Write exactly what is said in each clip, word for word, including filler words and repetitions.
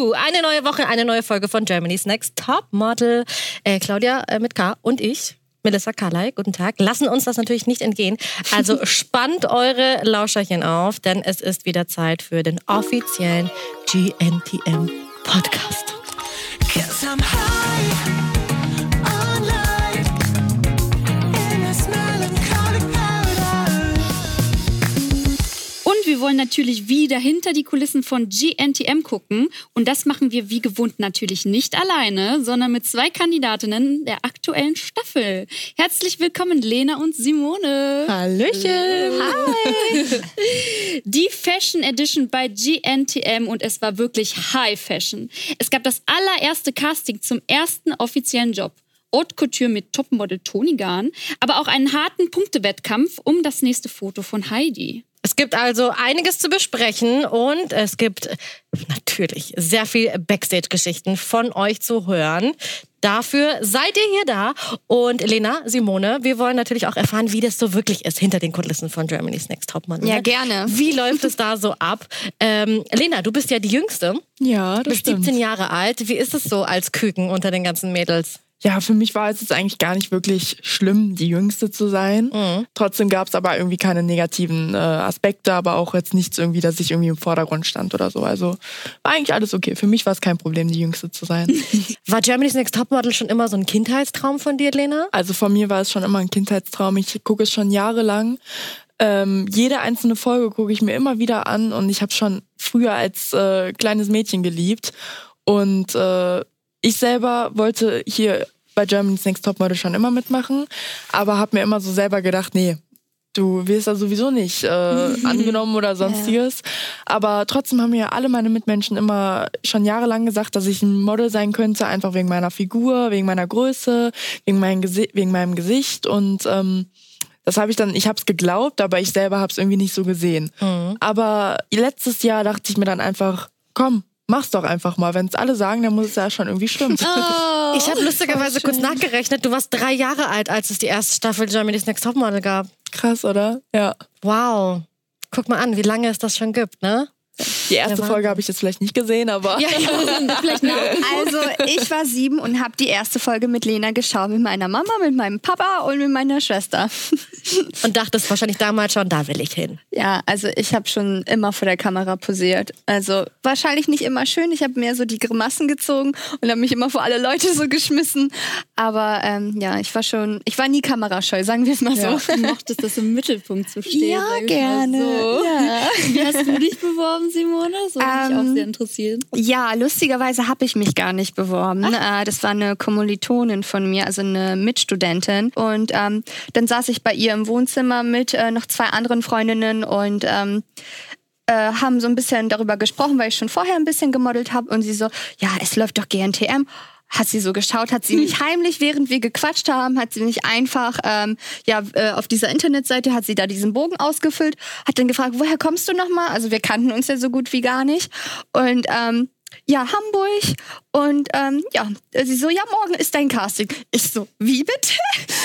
Juhu, eine neue Woche, eine neue Folge von Germany's Next Topmodel. Äh, Claudia äh, mit K und ich, Melissa Carley, guten Tag, lassen uns das natürlich nicht entgehen. Also spannt eure Lauscherchen auf, denn es ist wieder Zeit für den offiziellen G N T M Podcast. Und wir wollen natürlich wieder hinter die Kulissen von G N T M gucken. Und das machen wir wie gewohnt natürlich nicht alleine, sondern mit zwei Kandidatinnen der aktuellen Staffel. Herzlich willkommen, Lena und Simone. Hallöchen. Hi. Die Fashion Edition bei G N T M und es war wirklich High Fashion. Es gab das allererste Casting zum ersten offiziellen Job. Haute Couture mit Topmodel Toni Garn, aber auch einen harten Punktewettkampf um das nächste Foto von Heidi. Es gibt also einiges zu besprechen und es gibt natürlich sehr viel Backstage-Geschichten von euch zu hören. Dafür seid ihr hier da. Und Lena, Simone, wir wollen natürlich auch erfahren, wie das so wirklich ist hinter den Kulissen von Germany's Next Topmodel. Ja, gerne. Wie läuft es da so ab? Ähm, Lena, du bist ja die Jüngste. Ja, das Du bist stimmt. siebzehn Jahre alt. Wie ist es so als Küken unter den ganzen Mädels? Ja, für mich war es jetzt eigentlich gar nicht wirklich schlimm, die Jüngste zu sein. Mhm. Trotzdem gab es aber irgendwie keine negativen äh, Aspekte, aber auch jetzt nichts irgendwie, dass ich irgendwie im Vordergrund stand oder so. Also war eigentlich alles okay. Für mich war es kein Problem, die Jüngste zu sein. War Germany's Next Topmodel schon immer so ein Kindheitstraum von dir, Lena? Also von mir war es schon immer ein Kindheitstraum. Ich gucke es schon jahrelang. Ähm, jede einzelne Folge gucke ich mir immer wieder an und ich habe schon früher als äh, kleines Mädchen geliebt. Und äh, ich selber wollte hier bei Germany's Next Topmodel schon immer mitmachen, aber habe mir immer so selber gedacht, nee, du wirst da sowieso nicht äh, angenommen oder sonstiges. Aber trotzdem haben mir alle meine Mitmenschen immer schon jahrelang gesagt, dass ich ein Model sein könnte, einfach wegen meiner Figur, wegen meiner Größe, wegen, mein Gesi- wegen meinem Gesicht und ähm, das habe ich dann, ich habe es geglaubt, aber ich selber habe es irgendwie nicht so gesehen. Mhm. Aber letztes Jahr dachte ich mir dann einfach, komm, mach's doch einfach mal. Wenn es alle sagen, dann muss es ja schon irgendwie stimmen. Oh, Ich habe lustigerweise kurz nachgerechnet, du warst drei Jahre alt, als es die erste Staffel Germany's Next Topmodel gab. Krass, oder? Ja. Wow. Guck mal an, wie lange es das schon gibt, ne? Die erste Ja, Folge habe ich jetzt vielleicht nicht gesehen, aber... ja, ja, vielleicht nach. Also ich war sieben und habe die erste Folge mit Lena geschaut, mit meiner Mama, mit meinem Papa und mit meiner Schwester. Und dachtest wahrscheinlich damals schon, da will ich hin. Ja, also ich habe schon immer vor der Kamera posiert. Also wahrscheinlich nicht immer schön, ich habe mehr so die Grimassen gezogen und habe mich immer vor alle Leute so geschmissen. Aber ähm, ja, ich war schon, ich war nie kamerascheu, sagen wir es mal Ja. so. Du mochtest das im Mittelpunkt zu stehen. Ja, sag ich gerne. Mal so. Ja. Wie hast du dich beworben, Simone? Das würde mich Ähm, auch sehr interessieren. Ja, lustigerweise habe ich mich gar nicht beworben. Äh, das war eine Kommilitonin von mir, also eine Mitstudentin. Und ähm, dann saß ich bei ihr im Wohnzimmer mit äh, noch zwei anderen Freundinnen und ähm, äh, haben so ein bisschen darüber gesprochen, weil ich schon vorher ein bisschen gemodelt habe. Und sie so, ja, es läuft doch G N T M. Hat sie so geschaut, hat sie mich heimlich, während wir gequatscht haben, hat sie mich einfach, ähm, ja, äh, auf dieser Internetseite hat sie da diesen Bogen ausgefüllt, hat dann gefragt, woher kommst du nochmal? Also wir kannten uns ja so gut wie gar nicht. Und ähm, ja, Hamburg. Und ähm, ja, sie so, ja, morgen ist dein Casting. Ich so, wie bitte?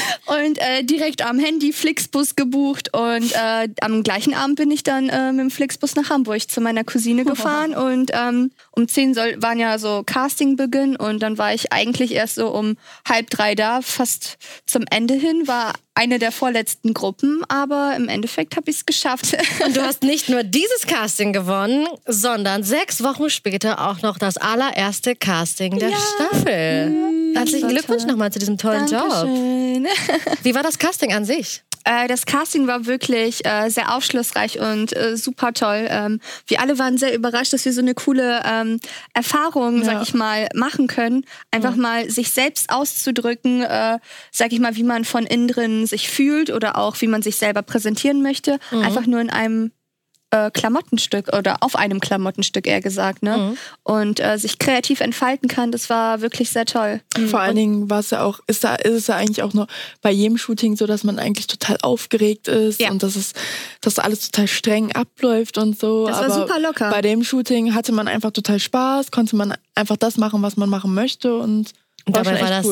Und äh, direkt am Handy Flixbus gebucht und äh, am gleichen Abend bin ich dann äh, mit dem Flixbus nach Hamburg zu meiner Cousine gefahren und ähm, um zehn soll, waren ja so Castingbeginn und dann war ich eigentlich erst so um halb drei da, fast zum Ende hin, war eine der vorletzten Gruppen, aber im Endeffekt habe ich es geschafft. Und du hast nicht nur dieses Casting gewonnen, sondern sechs Wochen später auch noch das allererste Casting der Ja. Staffel. Herzlichen war Glückwunsch toll. nochmal zu diesem tollen Job. Dankeschön. Wie war das Casting an sich? Äh, das Casting war wirklich äh, sehr aufschlussreich und äh, super toll. Ähm, wir alle waren sehr überrascht, dass wir so eine coole ähm, Erfahrung, sag Ja. ich mal, machen können. Einfach mal sich selbst auszudrücken, äh, sag ich mal, wie man von innen drin sich fühlt oder auch wie man sich selber präsentieren möchte. Einfach nur in einem äh, Klamottenstück oder auf einem Klamottenstück eher gesagt, ne? Mhm. Und äh, sich kreativ entfalten kann, das war wirklich sehr toll. Vor allen Dingen war es ja auch, ist da, ist es ja eigentlich auch nur bei jedem Shooting so, dass man eigentlich total aufgeregt ist Ja. und dass es, dass alles total streng abläuft und so. Das war Aber super locker. bei dem Shooting hatte man einfach total Spaß, konnte man einfach das machen, was man machen möchte und, Und war dabei schon war echt das cool.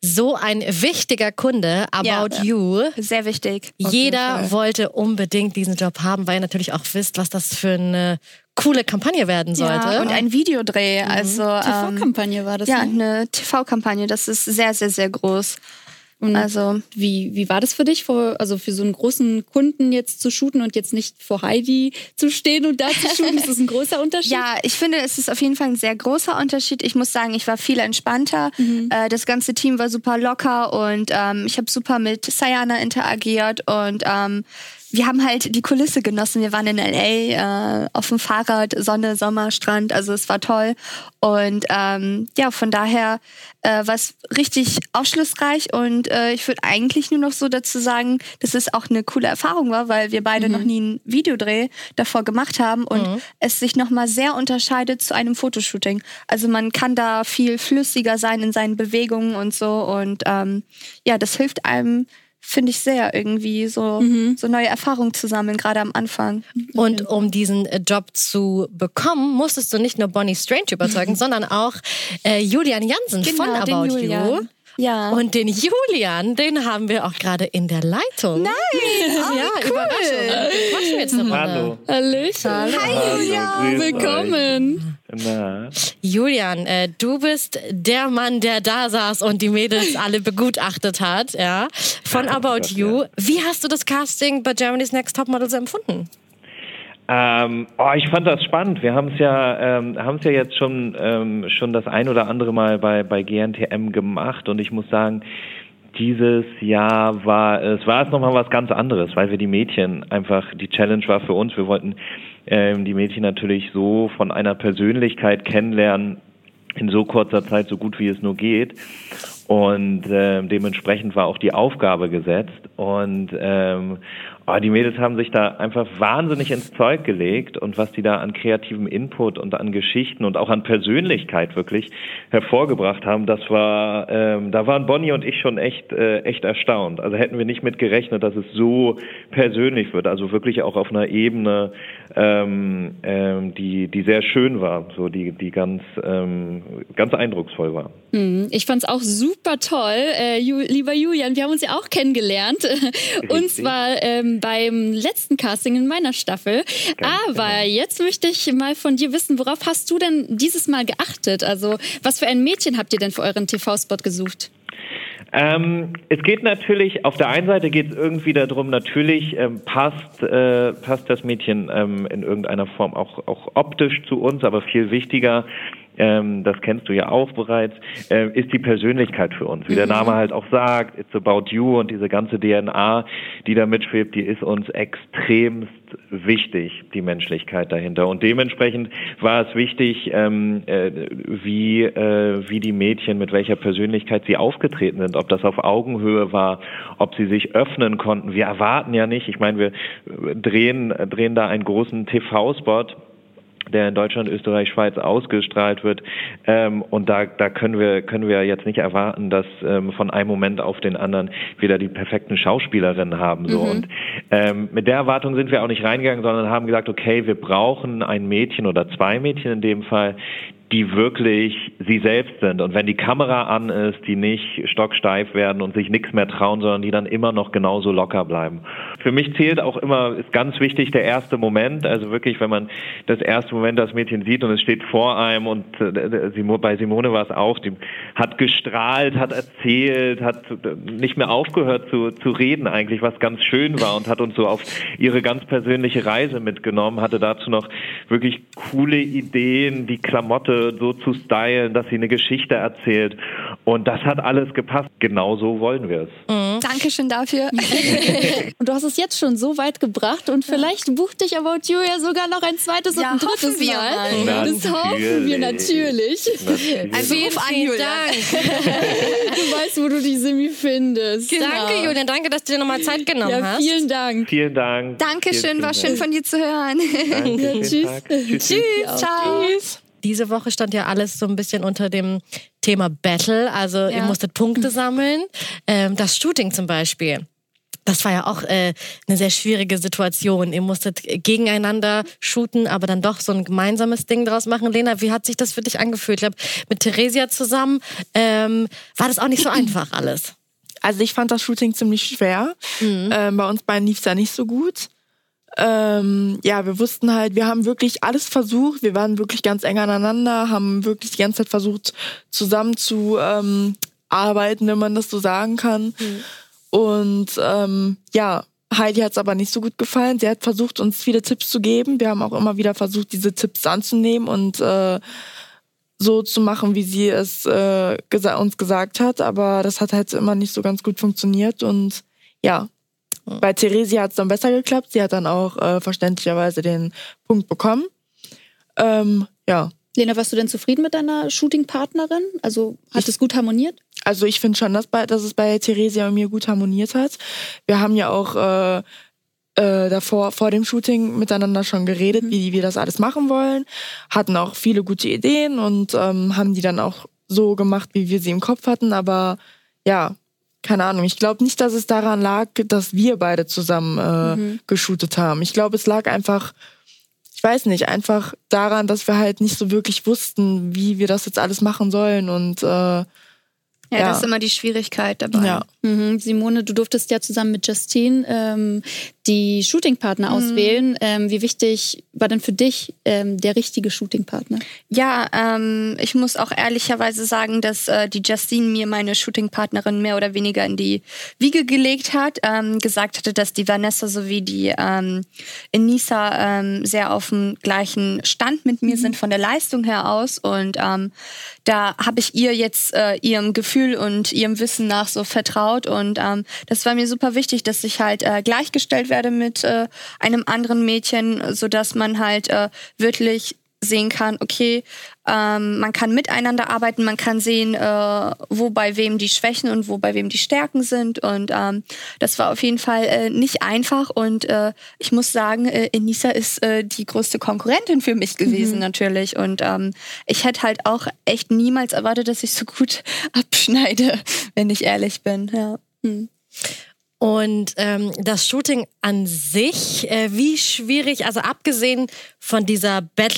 so ein wichtiger Kunde, About Ja. You. Sehr wichtig. Jeder Fall. wollte unbedingt diesen Job haben, weil ihr natürlich auch wisst, was das für eine coole Kampagne werden sollte. Ja, und ein Videodreh. Also, T ähm, V-Kampagne war das, ja, ne? eine T V-Kampagne. Das ist sehr, sehr, sehr groß. Und Also, wie, wie war das für dich, vor, also für so einen großen Kunden jetzt zu shooten und jetzt nicht vor Heidi zu stehen und da zu shooten? Ist das ein großer Unterschied? ja, ich finde, es ist auf jeden Fall ein sehr großer Unterschied. Ich muss sagen, ich war viel entspannter. Mhm. Äh, das ganze Team war super locker und ähm, ich habe super mit Sayana interagiert und ähm, wir haben halt die Kulisse genossen. Wir waren in L A äh, auf dem Fahrrad, Sonne, Sommer, Strand. Also es war toll. Und ähm, ja, von daher äh, war es richtig aufschlussreich. Und äh, ich würde eigentlich nur noch so dazu sagen, dass es auch eine coole Erfahrung war, weil wir beide Mhm. noch nie einen Videodreh davor gemacht haben und Mhm. es sich nochmal sehr unterscheidet zu einem Fotoshooting. Also man kann da viel flüssiger sein in seinen Bewegungen und so. Und ähm, ja, das hilft einem, finde ich, sehr irgendwie so, Mhm. so neue Erfahrungen zu sammeln, gerade am Anfang. Und um diesen äh, Job zu bekommen, musstest du nicht nur Bonnie Strange überzeugen, sondern auch äh, Julian Jansen von Genau, den About You. Julian. Ja. Und den Julian, den haben wir auch gerade in der Leitung. Nein! ja, Überraschung. Quatschen wir jetzt eine Runde. Hallo. Hallöchen. Hi, Julian. Willkommen. Na, Julian, äh, du bist der Mann, der da saß und die Mädels alle begutachtet hat, ja, von About Gott, You. ja. Wie hast du das Casting bei Germany's Next Topmodel so empfunden? ähm, oh, ich fand das spannend. Wir haben es ja, ähm, haben es ja jetzt schon, ähm, schon das ein oder andere Mal bei, bei G N T M gemacht und ich muss sagen, dieses Jahr war es, war es nochmal was ganz anderes, weil wir die Mädchen einfach, die Challenge war für uns, wir wollten ähm, die Mädchen natürlich so von einer Persönlichkeit kennenlernen, in so kurzer Zeit, so gut wie es nur geht. Und äh, dementsprechend war auch die Aufgabe gesetzt. Und ähm, oh, die Mädels haben sich da einfach wahnsinnig ins Zeug gelegt. Und was die da an kreativem Input und an Geschichten und auch an Persönlichkeit wirklich hervorgebracht haben, das war, ähm, da waren Bonnie und ich schon echt, äh, echt erstaunt. Also hätten wir nicht mit gerechnet, dass es so persönlich wird. Also wirklich auch auf einer Ebene, ähm, ähm, die, die sehr schön war, so die, die ganz, ähm, ganz eindrucksvoll war. Mhm. Ich fand's auch super toll, äh, Ju lieber Julian, wir haben uns ja auch kennengelernt und zwar ähm, beim letzten Casting in meiner Staffel. Ganz Aber genau. jetzt möchte ich mal von dir wissen, worauf hast du denn dieses Mal geachtet? Also was für ein Mädchen habt ihr denn für euren T V-Spot gesucht? Ähm, es geht natürlich, auf der einen Seite geht es irgendwie darum, natürlich ähm, passt, äh, passt das Mädchen ähm, in irgendeiner Form auch, auch optisch zu uns, aber viel wichtiger, ähm, das kennst du ja auch bereits, äh, ist die Persönlichkeit für uns. Wie der Name halt auch sagt, it's about you und diese ganze D N A, die da mitschwebt, die ist uns extremst wichtig, die Menschlichkeit dahinter. Und dementsprechend war es wichtig, ähm, äh, wie, äh, wie die Mädchen, mit welcher Persönlichkeit sie aufgetreten sind, ob das auf Augenhöhe war, ob sie sich öffnen konnten. Wir erwarten ja nicht, ich meine, wir drehen, drehen da einen großen T V-Spot, der in Deutschland, Österreich, Schweiz ausgestrahlt wird. Ähm, und da, da können wir, können wir jetzt nicht erwarten, dass ähm, von einem Moment auf den anderen wir da die perfekten Schauspielerinnen haben. So. Mhm. Und ähm, mit der Erwartung sind wir auch nicht reingegangen, sondern haben gesagt, okay, wir brauchen ein Mädchen oder zwei Mädchen in dem Fall, die wirklich sie selbst sind. Und wenn die Kamera an ist, die nicht stocksteif werden und sich nichts mehr trauen, sondern die dann immer noch genauso locker bleiben. Für mich zählt auch immer, ist ganz wichtig, der erste Moment. Also wirklich, wenn man das erste Moment das Mädchen sieht und es steht vor einem und äh, bei Simone war es auch, die hat gestrahlt, hat erzählt, hat nicht mehr aufgehört zu, zu reden eigentlich, was ganz schön war und hat uns so auf ihre ganz persönliche Reise mitgenommen, hatte dazu noch wirklich coole Ideen, die Klamotte so zu stylen, dass sie eine Geschichte erzählt. Und das hat alles gepasst. Genau so wollen wir es. Mhm. Dankeschön dafür. Und du hast es jetzt schon so weit gebracht und vielleicht bucht dich About You ja sogar noch ein zweites Ja, und ein drittes hoffen wir Mal. mal. Das hoffen wir natürlich. natürlich. Also ruf an, Vielen Julian. Dank. Du weißt, wo du die Simi findest. Danke, Julian. Danke, dass du dir nochmal Zeit genommen Ja, hast. vielen Dank. Vielen Dank. Dankeschön, Vielen, war vielen schön von dir zu hören. Dank. Danke, Ja, schönen tschüss. Tag. Tschüss. Tschüss, ciao. Tschüss. Diese Woche stand ja alles so ein bisschen unter dem Thema Battle. Also ihr Ja. musstet Punkte sammeln. Ähm, das Shooting zum Beispiel. Das war ja auch äh, eine sehr schwierige Situation. Ihr musstet gegeneinander shooten, aber dann doch so ein gemeinsames Ding draus machen. Lena, wie hat sich das für dich angefühlt? Ich glaube, mit Theresia zusammen ähm, war das auch nicht so einfach alles. Also ich fand das Shooting ziemlich schwer. Mhm. Ähm, bei uns beiden lief es ja nicht so gut. Ähm, ja, wir wussten halt, wir haben wirklich alles versucht. Wir waren wirklich ganz eng aneinander, haben wirklich die ganze Zeit versucht, zusammen zu ähm, arbeiten, wenn man das so sagen kann. Mhm. Und ähm, ja, Heidi hat es aber nicht so gut gefallen. Sie hat versucht, uns viele Tipps zu geben. Wir haben auch immer wieder versucht, diese Tipps anzunehmen und äh, so zu machen, wie sie es äh, gesa- uns gesagt hat. Aber das hat halt immer nicht so ganz gut funktioniert. Und ja, bei Theresia hat es dann besser geklappt. Sie hat dann auch äh, verständlicherweise den Punkt bekommen. Ähm, ja. Lena, warst du denn zufrieden mit deiner Shooting-Partnerin? Also hat es gut harmoniert? Also ich finde schon, dass, bei, dass es bei Theresia und mir gut harmoniert hat. Wir haben ja auch äh, äh, davor, vor dem Shooting miteinander schon geredet, mhm. wie wir das alles machen wollen. Hatten auch viele gute Ideen und ähm, haben die dann auch so gemacht, wie wir sie im Kopf hatten. Aber ja, keine Ahnung. Ich glaube nicht, dass es daran lag, dass wir beide zusammen äh, mhm. geshootet haben. Ich glaube, es lag einfach, ich weiß nicht, einfach daran, dass wir halt nicht so wirklich wussten, wie wir das jetzt alles machen sollen. Und äh, Ja, ja, das ist immer die Schwierigkeit dabei. Ja. Mhm. Simone, du durftest ja zusammen mit Justine ähm, die Shootingpartner mhm. auswählen. Ähm, wie wichtig war denn für dich ähm, der richtige Shootingpartner? Ja, ähm, ich muss auch ehrlicherweise sagen, dass äh, die Justine mir meine Shootingpartnerin mehr oder weniger in die Wiege gelegt hat. Ähm, gesagt hatte, dass die Vanessa sowie die ähm, Enisa ähm, sehr auf dem gleichen Stand mit mir mhm. sind von der Leistung her aus. Und ähm, da habe ich ihr jetzt äh, ihrem Gefühl und ihrem Wissen nach so vertraut. Und ähm, das war mir super wichtig, dass ich halt äh, gleichgestellt werde mit äh, einem anderen Mädchen, sodass man halt äh, wirklich sehen kann, okay, ähm, man kann miteinander arbeiten, man kann sehen, äh, wo bei wem die Schwächen und wo bei wem die Stärken sind. Und ähm, das war auf jeden Fall äh, nicht einfach. Und äh, ich muss sagen, äh, Enisa ist äh, die größte Konkurrentin für mich gewesen, mhm. natürlich. Und ähm, ich hätte halt auch echt niemals erwartet, dass ich so gut abschneide, wenn ich ehrlich bin. Ja. Mhm. Und ähm, das Shooting an sich, äh, wie schwierig, also abgesehen von dieser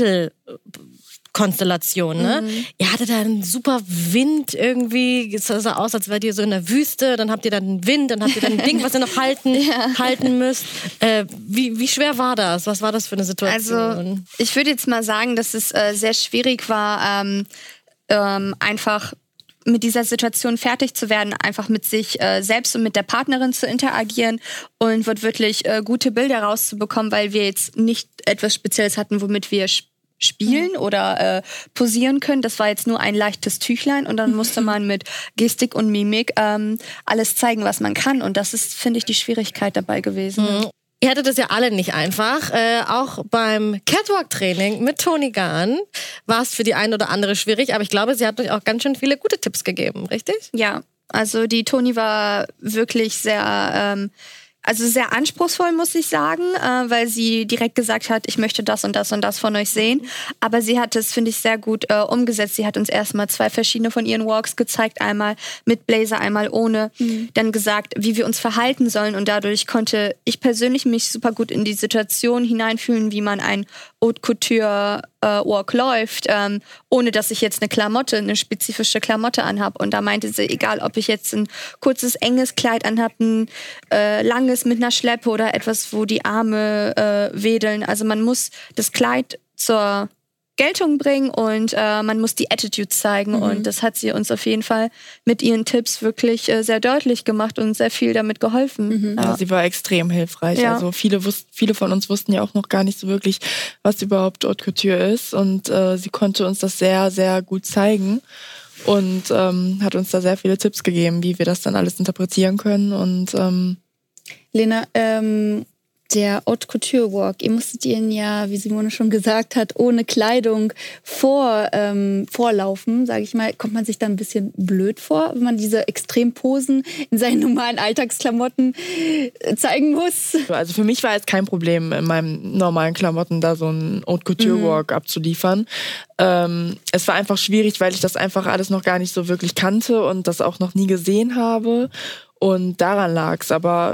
Battle-Konstellation, ne? Mhm. Ihr hattet da einen super Wind irgendwie, es sah aus, als wärt ihr so in der Wüste, dann habt ihr dann einen Wind, dann habt ihr dann ein Ding, was ihr noch halten, ja. halten müsst. Äh, wie, wie schwer war das? Was war das für eine Situation? Also ich würde jetzt mal sagen, dass es äh, sehr schwierig war, ähm, ähm, einfach mit dieser Situation fertig zu werden, einfach mit sich äh, selbst und mit der Partnerin zu interagieren und wird wirklich äh, gute Bilder rauszubekommen, weil wir jetzt nicht etwas Spezielles hatten, womit wir sp- spielen mhm. oder äh, posieren können. Das war jetzt nur ein leichtes Tüchlein und dann musste man mit Gestik und Mimik ähm, alles zeigen, was man kann. Und das ist, finde ich, die Schwierigkeit dabei gewesen. Mhm. Ihr hattet es ja alle nicht einfach. Äh, auch beim Catwalk-Training mit Toni Gahn war es für die eine oder andere schwierig, aber ich glaube, sie hat euch auch ganz schön viele gute Tipps gegeben, richtig? Ja, also die Toni war wirklich sehr... Ähm, Also sehr anspruchsvoll, muss ich sagen, äh, weil sie direkt gesagt hat, ich möchte das und das und das von euch sehen. Aber sie hat es, finde ich, sehr gut äh, umgesetzt. Sie hat uns erstmal zwei verschiedene von ihren Walks gezeigt. Einmal mit Blazer, einmal ohne. Mhm. Dann gesagt, wie wir uns verhalten sollen. Und dadurch konnte ich persönlich mich super gut in die Situation hineinfühlen, wie man ein Haute Couture äh, Walk läuft, ähm, ohne dass ich jetzt eine Klamotte, eine spezifische Klamotte anhab. Und da meinte sie, egal ob ich jetzt ein kurzes, enges Kleid anhab, ein äh, langes mit einer Schleppe oder etwas, wo die Arme äh, wedeln. Also man muss das Kleid zur Geltung bringen und äh, man muss die Attitude zeigen. Mhm. Und das hat sie uns auf jeden Fall mit ihren Tipps wirklich äh, sehr deutlich gemacht und sehr viel damit geholfen. Mhm. Ja. Ja, sie war extrem hilfreich. Ja. Also viele, wussten, viele von uns wussten ja auch noch gar nicht so wirklich, was überhaupt Haute Couture ist. Und äh, sie konnte uns das sehr, sehr gut zeigen. Und ähm, hat uns da sehr viele Tipps gegeben, wie wir das dann alles interpretieren können. Und ähm, Lena, ähm, der Haute Couture Walk, ihr musstet ihn ja, wie Simone schon gesagt hat, ohne Kleidung vor, ähm, vorlaufen, sage ich mal. Kommt man sich dann ein bisschen blöd vor, wenn man diese Extremposen in seinen normalen Alltagsklamotten zeigen muss? Also für mich war es kein Problem, in meinen normalen Klamotten da so einen Haute Couture Walk mhm. abzuliefern. Ähm, es war einfach schwierig, weil ich das einfach alles noch gar nicht so wirklich kannte und das auch noch nie gesehen habe. Und daran lag's. Aber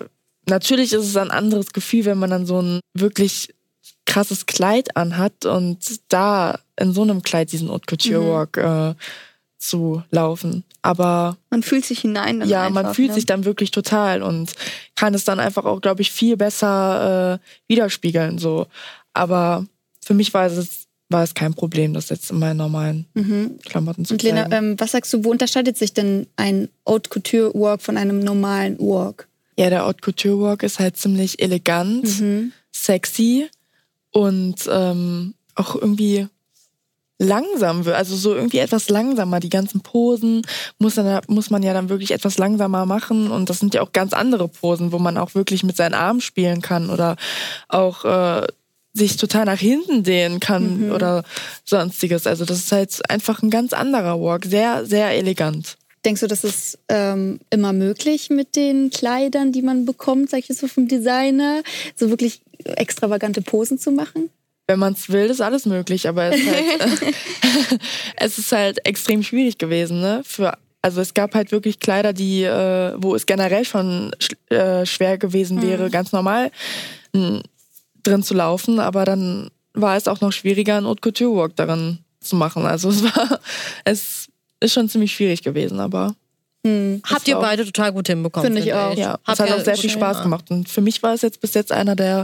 natürlich ist es ein anderes Gefühl, wenn man dann so ein wirklich krasses Kleid anhat und da in so einem Kleid diesen Haute Couture Walk mhm. äh, zu laufen. Aber man fühlt sich hinein. Dann ja, einfach, man fühlt ne? sich dann wirklich total und kann es dann einfach auch, glaube ich, viel besser äh, widerspiegeln. So. Aber für mich war es, war es kein Problem, das jetzt in meinen normalen mhm. Klamotten zu und Lena, zeigen. Ähm, was sagst du, wo unterscheidet sich denn ein Haute Couture Walk von einem normalen Walk? Ja, der Haute Couture Walk ist halt ziemlich elegant, mhm. sexy und ähm, auch irgendwie langsam wird, also so irgendwie etwas langsamer. Die ganzen Posen muss, dann, muss man ja dann wirklich etwas langsamer machen und das sind ja auch ganz andere Posen, wo man auch wirklich mit seinen Armen spielen kann oder auch äh, sich total nach hinten dehnen kann mhm. oder sonstiges. Also das ist halt einfach ein ganz anderer Walk, sehr, sehr elegant. Denkst du, das ist ähm, immer möglich mit den Kleidern, die man bekommt, sag ich jetzt so vom Designer, so wirklich extravagante Posen zu machen? Wenn man es will, ist alles möglich, aber es ist halt, äh, es ist halt extrem schwierig gewesen, ne? Für, also es gab halt wirklich Kleider, die, äh, wo es generell schon sch- äh, schwer gewesen wäre, mhm. ganz normal mh, drin zu laufen, aber dann war es auch noch schwieriger, einen Haute Couture Walk darin zu machen. Also es war, es ist schon ziemlich schwierig gewesen, aber mhm. habt ihr beide total gut hinbekommen. Finde ich auch. Ja, es hat auch sehr viel Spaß ja. gemacht und für mich war es jetzt bis jetzt einer der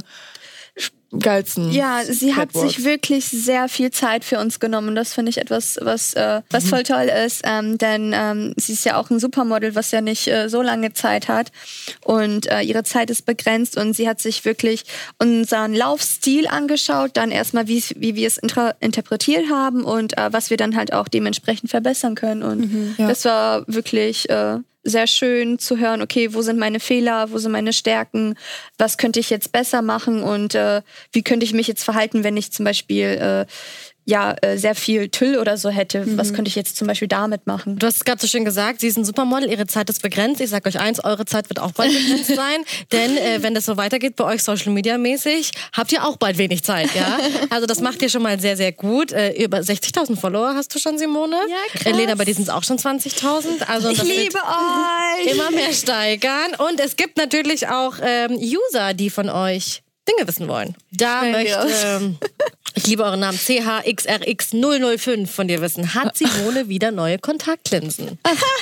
geilsten. Ja, sie hat Catwalks. sich wirklich sehr viel Zeit für uns genommen. Das finde ich etwas, was, äh, was mhm. voll toll ist, ähm, denn ähm, sie ist ja auch ein Supermodel, was ja nicht äh, so lange Zeit hat und äh, ihre Zeit ist begrenzt und sie hat sich wirklich unseren Laufstil angeschaut, dann erstmal, wie, wie wir es intra- interpretiert haben und äh, was wir dann halt auch dementsprechend verbessern können und mhm. ja. das war wirklich äh, sehr schön zu hören, okay, wo sind meine Fehler, wo sind meine Stärken, was könnte ich jetzt besser machen und äh, wie könnte ich mich jetzt verhalten, wenn ich zum Beispiel äh, ja, äh, sehr viel Tüll oder so hätte. Mhm. Was könnte ich jetzt zum Beispiel damit machen? Du hast es gerade so schön gesagt, sie ist ein Supermodel, ihre Zeit ist begrenzt. Ich sag euch eins, eure Zeit wird auch bald begrenzt sein, denn äh, wenn das so weitergeht bei euch Social Media mäßig, habt ihr auch bald wenig Zeit, ja? Also das macht ihr schon mal sehr, sehr gut. Äh, über sechzigtausend Follower hast du schon, Simone. Ja, krass. Äh, Lena, bei dir sind es auch schon zwanzigtausend. Also ich das liebe wird euch! immer mehr steigern. Und es gibt natürlich auch ähm, User, die von euch Dinge wissen wollen. Da Schön möchte... Ähm, ich liebe euren Namen, C H X R X null null fünf von dir wissen. Hat Simone wieder neue Kontaktlinsen?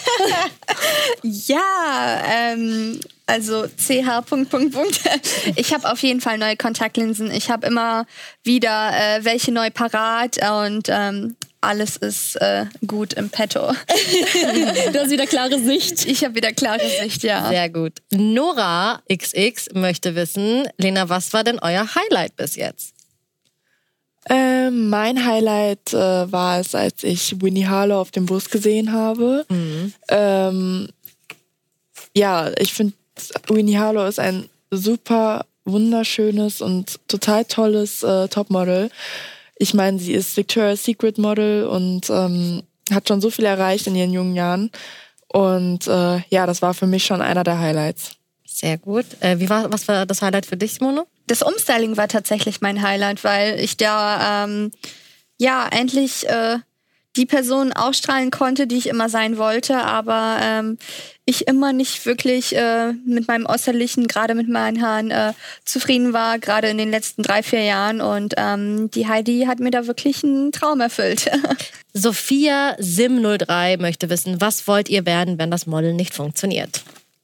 Ja, ähm, also C H. Punkt, Punkt, Punkt. Ich habe auf jeden Fall neue Kontaktlinsen. Ich habe immer wieder äh, welche neu parat und ähm, alles ist äh, gut im Petto. Du hast wieder klare Sicht. Ich habe wieder klare Sicht, ja. Sehr gut. Nora X X möchte wissen, Lena, was war denn euer Highlight bis jetzt? Ähm, mein Highlight äh, war es, als ich Winnie Harlow auf dem Bus gesehen habe. Mhm. Ähm, ja, ich finde, Winnie Harlow ist ein super wunderschönes und total tolles äh, Topmodel. Ich meine, sie ist Victoria's Secret Model und ähm, hat schon so viel erreicht in ihren jungen Jahren. Und äh, ja, das war für mich schon einer der Highlights. Sehr gut. Äh, wie war, was war das Highlight für dich, Simone? Das Umstyling war tatsächlich mein Highlight, weil ich da ähm, ja endlich äh, die Person ausstrahlen konnte, die ich immer sein wollte, aber ähm, ich immer nicht wirklich äh, mit meinem Äußerlichen, gerade mit meinen Haaren, äh, zufrieden war, gerade in den letzten drei, vier Jahren. Und ähm, die Heidi hat mir da wirklich einen Traum erfüllt. Sophia Sim null drei möchte wissen, was wollt ihr werden, wenn das Model nicht funktioniert?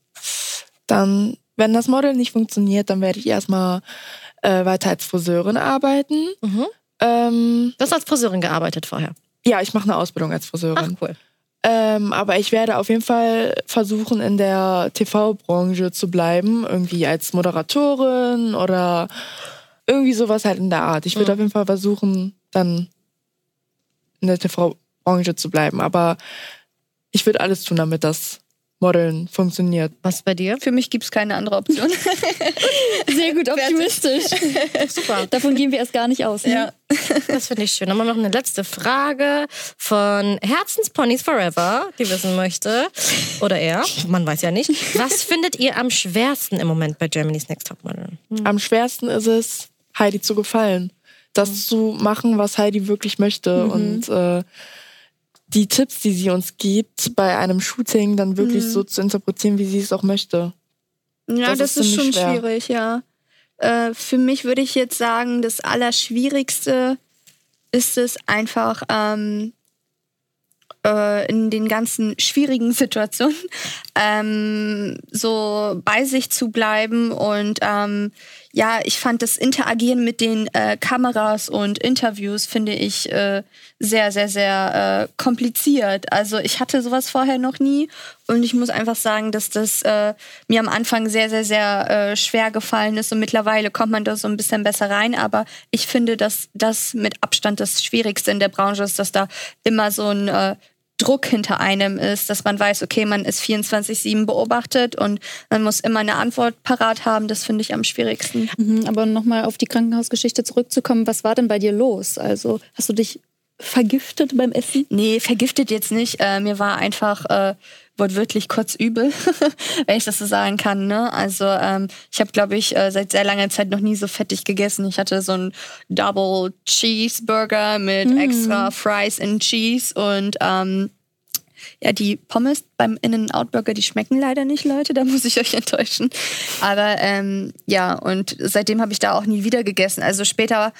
Dann, wenn das Model nicht funktioniert, dann werde ich erstmal äh, weiter als Friseurin arbeiten. Mhm. Ähm, du hast als Friseurin gearbeitet vorher? Ja, ich mache eine Ausbildung als Friseurin. Ach, cool. Ähm, aber ich werde auf jeden Fall versuchen, in der T V-Branche zu bleiben. Irgendwie als Moderatorin oder irgendwie sowas halt in der Art. Ich würde mhm. auf jeden Fall versuchen, dann in der T V-Branche zu bleiben. Aber ich würde alles tun, damit das Modeln funktioniert. Was bei dir? Für mich gibt es keine andere Option. Sehr gut optimistisch. Super. Davon gehen wir erst gar nicht aus. Ne? Ja. Das finde ich schön. Dann haben wir noch eine letzte Frage von Herzensponys Forever, die wissen möchte, oder er, man weiß ja nicht. Was findet ihr am schwersten im Moment bei Germany's Next Topmodel? Hm. Am schwersten ist es, Heidi zu gefallen. Das mhm. zu machen, was Heidi wirklich möchte. Mhm. Und äh, die Tipps, die sie uns gibt, bei einem Shooting dann wirklich mhm. so zu interpretieren, wie sie es auch möchte. Ja, das, das, ist, ist schon schwer. schwierig, ja. Äh, für mich würde ich jetzt sagen, das Allerschwierigste ist es einfach, ähm, äh, in den ganzen schwierigen Situationen ähm, so bei sich zu bleiben. Und ähm, ja, ich fand das Interagieren mit den äh, Kameras und Interviews, finde ich, äh, sehr, sehr, sehr äh, kompliziert. Also ich hatte sowas vorher noch nie und ich muss einfach sagen, dass das äh, mir am Anfang sehr, sehr, sehr äh, schwer gefallen ist und mittlerweile kommt man da so ein bisschen besser rein. Aber ich finde, dass das mit Abstand das Schwierigste in der Branche ist, dass da immer so ein äh, Druck hinter einem ist, dass man weiß, okay, man ist vierundzwanzig sieben beobachtet und man muss immer eine Antwort parat haben. Das finde ich am schwierigsten. Mhm, aber nochmal auf die Krankenhausgeschichte zurückzukommen, was war denn bei dir los? Also hast du dich vergiftet beim Essen? Nee, vergiftet jetzt nicht. Äh, mir war einfach äh, wortwörtlich kotzübel, wenn ich das so sagen kann. Ne? Also ähm, ich habe, glaube ich, äh, seit sehr langer Zeit noch nie so fettig gegessen. Ich hatte so einen Double Cheeseburger mit mm. extra Fries and Cheese und ähm, ja, die Pommes beim In-N-Out-Burger, die schmecken leider nicht, Leute, da muss ich euch enttäuschen. Aber ähm, ja, und seitdem habe ich da auch nie wieder gegessen. Also später,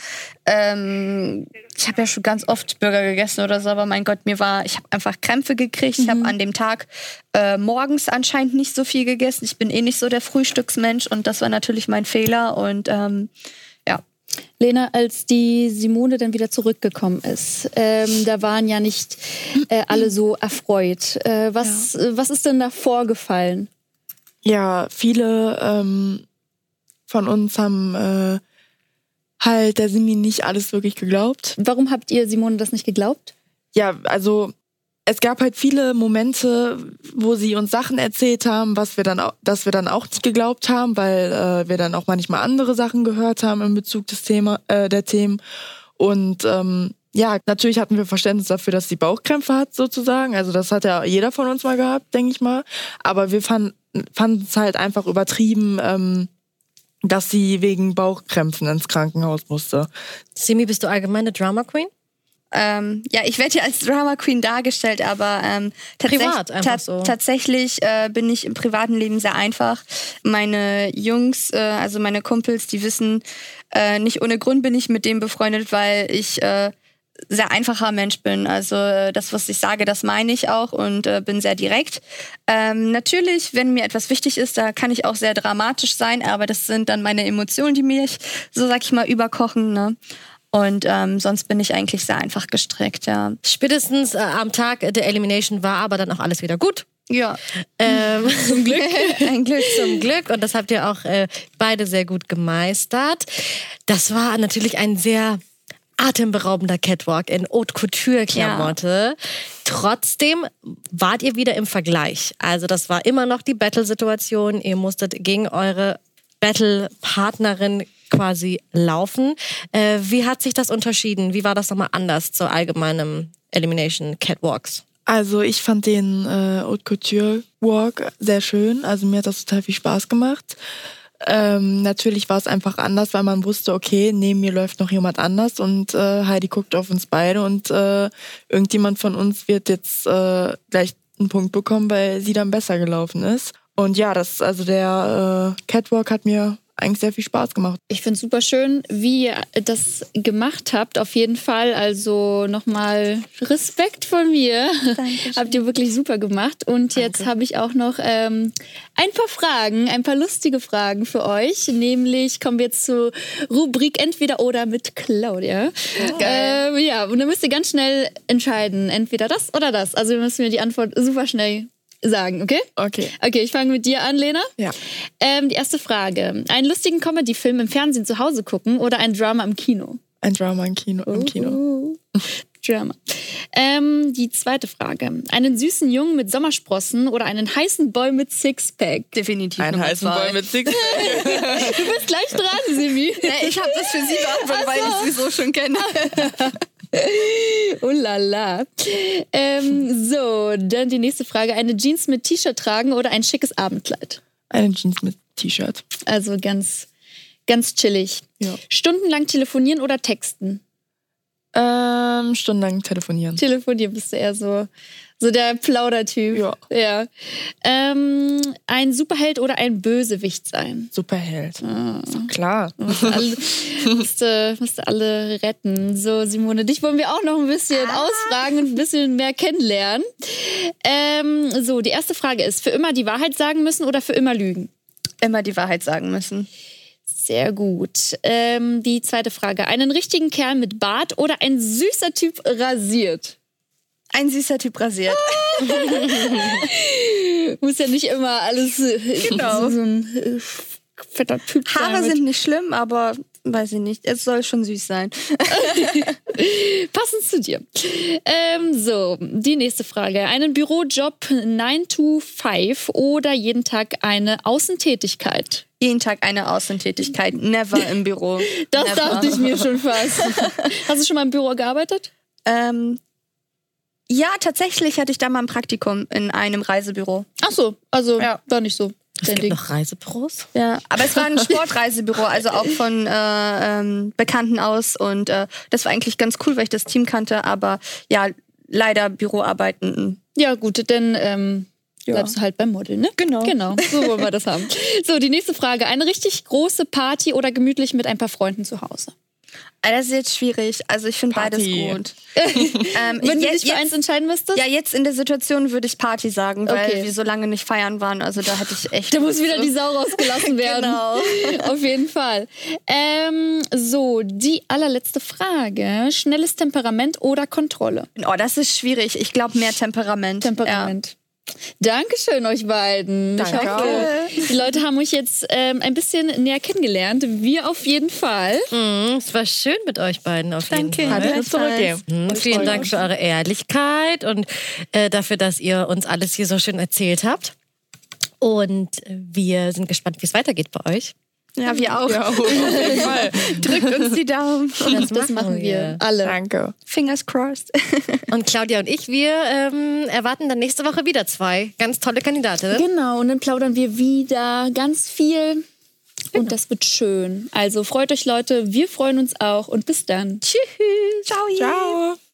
ähm, ich habe ja schon ganz oft Burger gegessen oder so, aber mein Gott, mir war, ich habe einfach Krämpfe gekriegt. Mhm. Ich habe an dem Tag äh, morgens anscheinend nicht so viel gegessen. Ich bin eh nicht so der Frühstücksmensch und das war natürlich mein Fehler und ähm, ja. Lena, als die Simone dann wieder zurückgekommen ist, ähm, da waren ja nicht äh, alle so erfreut. Äh, was, ja. was ist denn da vorgefallen? Ja, viele ähm, von uns haben äh, halt der Simi nicht alles wirklich geglaubt. Warum habt ihr Simone das nicht geglaubt? Ja, also es gab halt viele Momente, wo sie uns Sachen erzählt haben, was wir dann auch, dass wir dann auch nicht geglaubt haben, weil äh, wir dann auch manchmal andere Sachen gehört haben in Bezug des Thema, äh, der Themen. Und ähm, ja, natürlich hatten wir Verständnis dafür, dass sie Bauchkrämpfe hat sozusagen. Also das hat ja jeder von uns mal gehabt, denke ich mal. Aber wir fanden fanden es halt einfach übertrieben, ähm, dass sie wegen Bauchkrämpfen ins Krankenhaus musste. Simi, bist du allgemein eine Drama Queen? Ähm, ja, ich werde ja als Drama Queen dargestellt, aber ähm, Privat einfach ta- so. tatsächlich äh, bin ich im privaten Leben sehr einfach. Meine Jungs, äh, also meine Kumpels, die wissen, äh, nicht ohne Grund bin ich mit denen befreundet, weil ich äh, sehr einfacher Mensch bin. Also äh, das, was ich sage, das meine ich auch und äh, bin sehr direkt. Ähm, natürlich, wenn mir etwas wichtig ist, da kann ich auch sehr dramatisch sein, aber das sind dann meine Emotionen, die mich, so sag ich mal, überkochen, ne? Und ähm, sonst bin ich eigentlich sehr einfach gestrickt, ja. Spätestens äh, am Tag der Elimination war aber dann auch alles wieder gut. Ja. Ähm, zum Glück. Ein Glück. Zum Glück. Und das habt ihr auch äh, beide sehr gut gemeistert. Das war natürlich ein sehr atemberaubender Catwalk in Haute Couture-Klamotte. Ja. Trotzdem wart ihr wieder im Vergleich. Also das war immer noch die Battle-Situation. Ihr musstet gegen eure Battle-Partnerin quasi laufen. Äh, wie hat sich das unterschieden? Wie war das nochmal anders zu allgemeinem Elimination Catwalks? Also ich fand den äh, Haute Couture Walk sehr schön. Also mir hat das total viel Spaß gemacht. Ähm, natürlich war es einfach anders, weil man wusste, okay, neben mir läuft noch jemand anders und äh, Heidi guckt auf uns beide und äh, irgendjemand von uns wird jetzt äh, gleich einen Punkt bekommen, weil sie dann besser gelaufen ist. Und ja, das also der äh, Catwalk hat mir eigentlich sehr viel Spaß gemacht. Ich finde es super schön, wie ihr das gemacht habt, auf jeden Fall. Also nochmal Respekt von mir. Dankeschön. Habt ihr wirklich super gemacht. Und jetzt Danke. habe ich auch noch ähm, ein paar Fragen, ein paar lustige Fragen für euch. Nämlich kommen wir jetzt zur Rubrik Entweder oder mit Claudia. Oh, ähm, ja, und dann müsst ihr ganz schnell entscheiden, entweder das oder das. Also wir müssen mir die Antwort super schnell sagen, okay? Okay. Okay, ich fange mit dir an, Lena. Ja. Ähm, die erste Frage. Einen lustigen Comedy-Film im Fernsehen zu Hause gucken oder ein Drama im Kino? Ein Drama im Kino. Im Kino. Uh, Drama. Ähm, die zweite Frage. Einen süßen Jungen mit Sommersprossen oder einen heißen Boy mit Sixpack? Definitiv Einen Nummer heißen zwei. Boy mit Sixpack. Du bist gleich dran, Simi. Ja, ich habe das für sie beantwortet, weil ich sie so schon kenne. Oh la la. Ähm, so, dann die nächste Frage. Eine Jeans mit T-Shirt tragen oder ein schickes Abendkleid? Eine Jeans mit T-Shirt. Also ganz, ganz chillig. Ja. Stundenlang telefonieren oder texten? Ähm, stundenlang telefonieren. Telefonieren bist du eher so, so der Plaudertyp. Ja. ja. Ähm, ein Superheld oder ein Bösewicht sein? Superheld. Ah. Ist doch klar. Alle, musste, musste alle retten. So, Simone, dich wollen wir auch noch ein bisschen ah. ausfragen und ein bisschen mehr kennenlernen. Ähm, so, die erste Frage ist, für immer die Wahrheit sagen müssen oder für immer lügen? Immer die Wahrheit sagen müssen. Sehr gut. Ähm, die zweite Frage. Einen richtigen Kerl mit Bart oder ein süßer Typ rasiert? Ein süßer Typ rasiert. Muss ja nicht immer alles genau. so ein äh, fetter Typ sein. Haare sind nicht schlimm, aber weiß ich nicht. Es soll schon süß sein. Passend zu dir. Ähm, so, die nächste Frage. Einen Bürojob nine to five oder jeden Tag eine Außentätigkeit? Jeden Tag eine Außentätigkeit. Never im Büro. Das Never. dachte ich mir schon fast. Hast du schon mal im Büro gearbeitet? Ähm, ja, tatsächlich hatte ich da mal ein Praktikum in einem Reisebüro. Ach so, also ja. war nicht so. Es gibt noch Reisebüros? Ja, aber es war ein Sportreisebüro, also auch von äh, ähm, Bekannten aus. Und äh, das war eigentlich ganz cool, weil ich das Team kannte. Aber ja, leider Büroarbeiten. Ja gut, denn ähm, ja. bleibst du halt beim Modeln, ne? Genau. Genau, so wollen wir das haben. So, die nächste Frage. Eine richtig große Party oder gemütlich mit ein paar Freunden zu Hause? Das ist jetzt schwierig. Also ich finde beides gut. ähm, Wenn du dich für eins entscheiden müsstest? Ja, jetzt in der Situation würde ich Party sagen, weil okay. wir so lange nicht feiern waren. Also da hätte ich echt... Da muss wieder die Sau rausgelassen werden. Genau. Auf jeden Fall. Ähm, so, die allerletzte Frage. Schnelles Temperament oder Kontrolle? Oh, das ist schwierig. Ich glaube mehr Temperament. Temperament. Ja. Dankeschön euch beiden. Danke. Ich hoffe, die Leute haben euch jetzt ähm, ein bisschen näher kennengelernt. Wir auf jeden Fall. Mm, es war schön mit euch beiden auf jeden Danke. Fall. Danke. Zurückgeben. Mm, vielen Dank für eure Ehrlichkeit und äh, dafür, dass ihr uns alles hier so schön erzählt habt. Und wir sind gespannt, wie es weitergeht bei euch. Ja, wir auch. Ja, auf jeden Fall. Drückt uns die Daumen. Das, das machen wir alle. Danke. Fingers crossed. Und Claudia und ich, wir ähm, erwarten dann nächste Woche wieder zwei ganz tolle Kandidatinnen. Genau, und dann plaudern wir wieder ganz viel. Genau. Und das wird schön. Also freut euch, Leute. Wir freuen uns auch. Und bis dann. Tschüss. Ciao. Ciao.